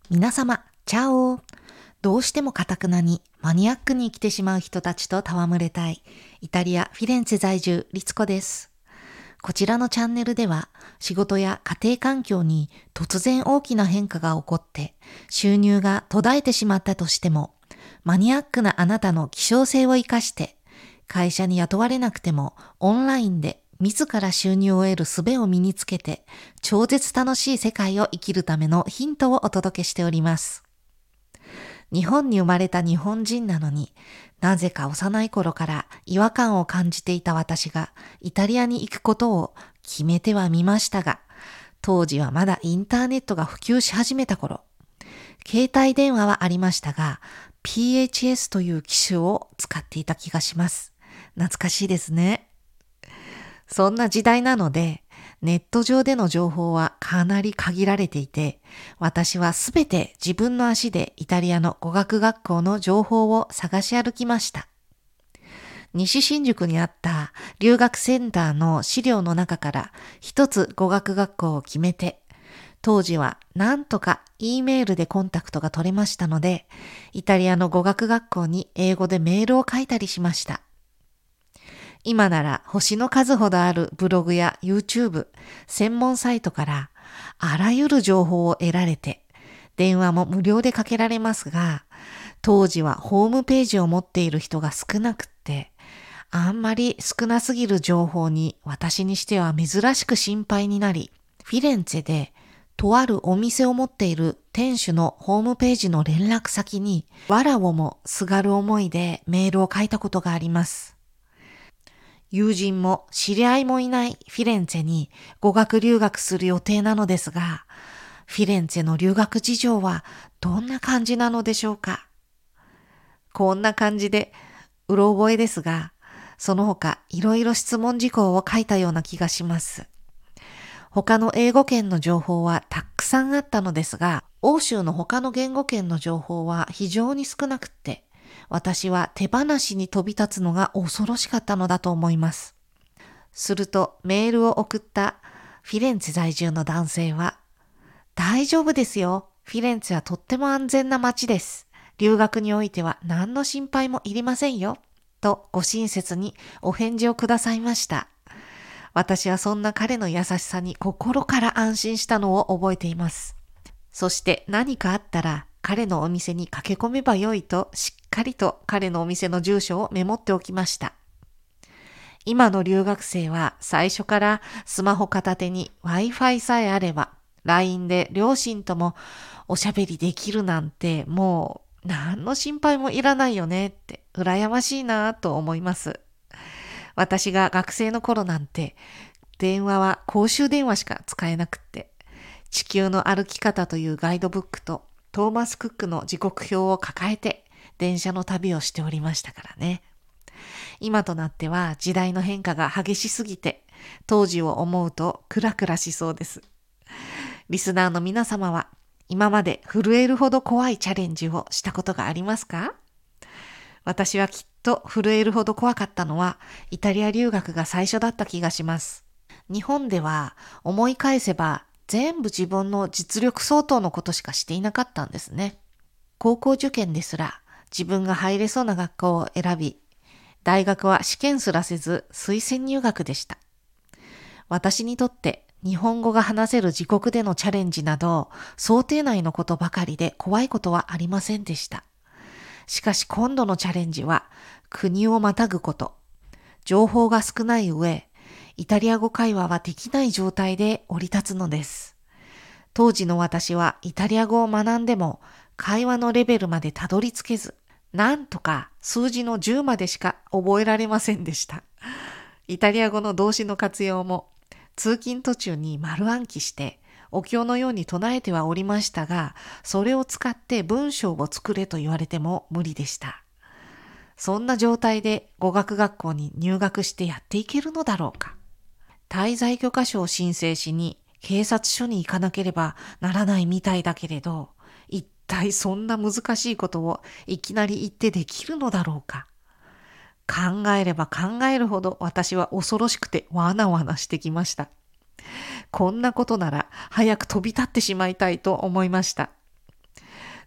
皆様、チャオ。どうしても堅くなにマニアックに生きてしまう人たちと戯れたい、イタリア・フィレンツェ在住、リツコです。こちらのチャンネルでは、仕事や家庭環境に突然大きな変化が起こって、収入が途絶えてしまったとしても、マニアックなあなたの希少性を生かして、会社に雇われなくてもオンラインで自ら収入を得る術を身につけて、超絶楽しい世界を生きるためのヒントをお届けしております。日本に生まれた日本人なのに、なぜか幼い頃から違和感を感じていた私がイタリアに行くことを決めてはみましたが、当時はまだインターネットが普及し始めた頃、携帯電話はありましたが、PHS という機種を使っていた気がします。懐かしいですね。そんな時代なので、ネット上での情報はかなり限られていて、私はすべて自分の足でイタリアの語学学校の情報を探し歩きました。西新宿にあった留学センターの資料の中から一つ語学学校を決めて、当時はなんとか E メールでコンタクトが取れましたので、イタリアの語学学校に英語でメールを書いたりしました。今なら星の数ほどあるブログや YouTube、専門サイトからあらゆる情報を得られて、電話も無料でかけられますが、当時はホームページを持っている人が少なくって、あんまり少なすぎる情報に私にしては珍しく心配になり、フィレンツェでとあるお店を持っている店主のホームページの連絡先に、わらをもすがる思いでメールを書いたことがあります。友人も知り合いもいないフィレンツェに語学留学する予定なのですが、フィレンツェの留学事情はどんな感じなのでしょうか。こんな感じでうろ覚えですが、その他いろいろ質問事項を書いたような気がします。他の英語圏の情報はたくさんあったのですが、欧州の他の言語圏の情報は非常に少なくって、私は手放しに飛び立つのが恐ろしかったのだと思います。するとメールを送ったフィレンツェ在住の男性は、大丈夫ですよ。フィレンツェはとっても安全な街です。留学においては何の心配もいりませんよ。とご親切にお返事をくださいました。私はそんな彼の優しさに心から安心したのを覚えています。そして何かあったら彼のお店に駆け込めばよいとしっかりと彼のお店の住所をメモっておきました。今の留学生は最初からスマホ片手に Wi-Fi さえあれば LINE で両親ともおしゃべりできるなんてもう何の心配もいらないよねって羨ましいなと思います。私が学生の頃なんて電話は公衆電話しか使えなくって、地球の歩き方というガイドブックとトーマス・クックの時刻表を抱えて電車の旅をしておりましたからね。今となっては時代の変化が激しすぎて、当時を思うとクラクラしそうです。リスナーの皆様は今まで震えるほど怖いチャレンジをしたことがありますか？私はきっと震えるほど怖かったのはイタリア留学が最初だった気がします。日本では思い返せば全部自分の実力相当のことしかしていなかったんですね。高校受験ですら自分が入れそうな学校を選び、大学は試験すらせず推薦入学でした。私にとって日本語が話せる自国でのチャレンジなど想定内のことばかりで怖いことはありませんでした。しかし今度のチャレンジは国をまたぐこと。情報が少ない上、イタリア語会話はできない状態で降り立つのです。当時の私はイタリア語を学んでも会話のレベルまでたどり着けず、なんとか数字の10までしか覚えられませんでした。イタリア語の動詞の活用も通勤途中に丸暗記してお経のように唱えてはおりましたが、それを使って文章を作れと言われても無理でした。そんな状態で語学学校に入学してやっていけるのだろうか。滞在許可書を申請しに警察署に行かなければならないみたいだけれど、一体そんな難しいことをいきなり言ってできるのだろうか。考えれば考えるほど私は恐ろしくてわなわなしてきました。こんなことなら早く飛び立ってしまいたいと思いました。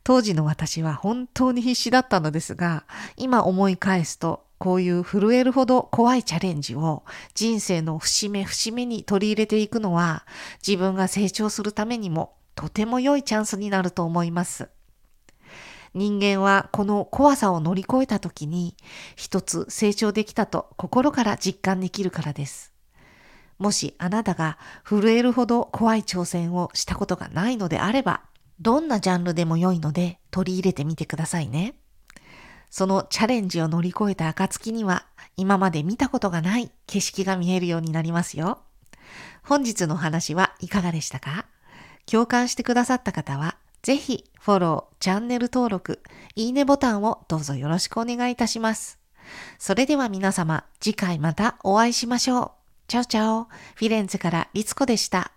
当時の私は本当に必死だったのですが、今思い返すと、こういう震えるほど怖いチャレンジを人生の節目節目に取り入れていくのは、自分が成長するためにもとても良いチャンスになると思います。人間はこの怖さを乗り越えた時に一つ成長できたと心から実感できるからです。もしあなたが震えるほど怖い挑戦をしたことがないのであれば、どんなジャンルでも良いので取り入れてみてくださいね。そのチャレンジを乗り越えた暁には今まで見たことがない景色が見えるようになりますよ。本日のお話はいかがでしたか？共感してくださった方はぜひフォロー、チャンネル登録、いいねボタンをどうぞよろしくお願いいたします。それでは皆様、次回またお会いしましょう。チャオチャオ、フィレンツェからリツコでした。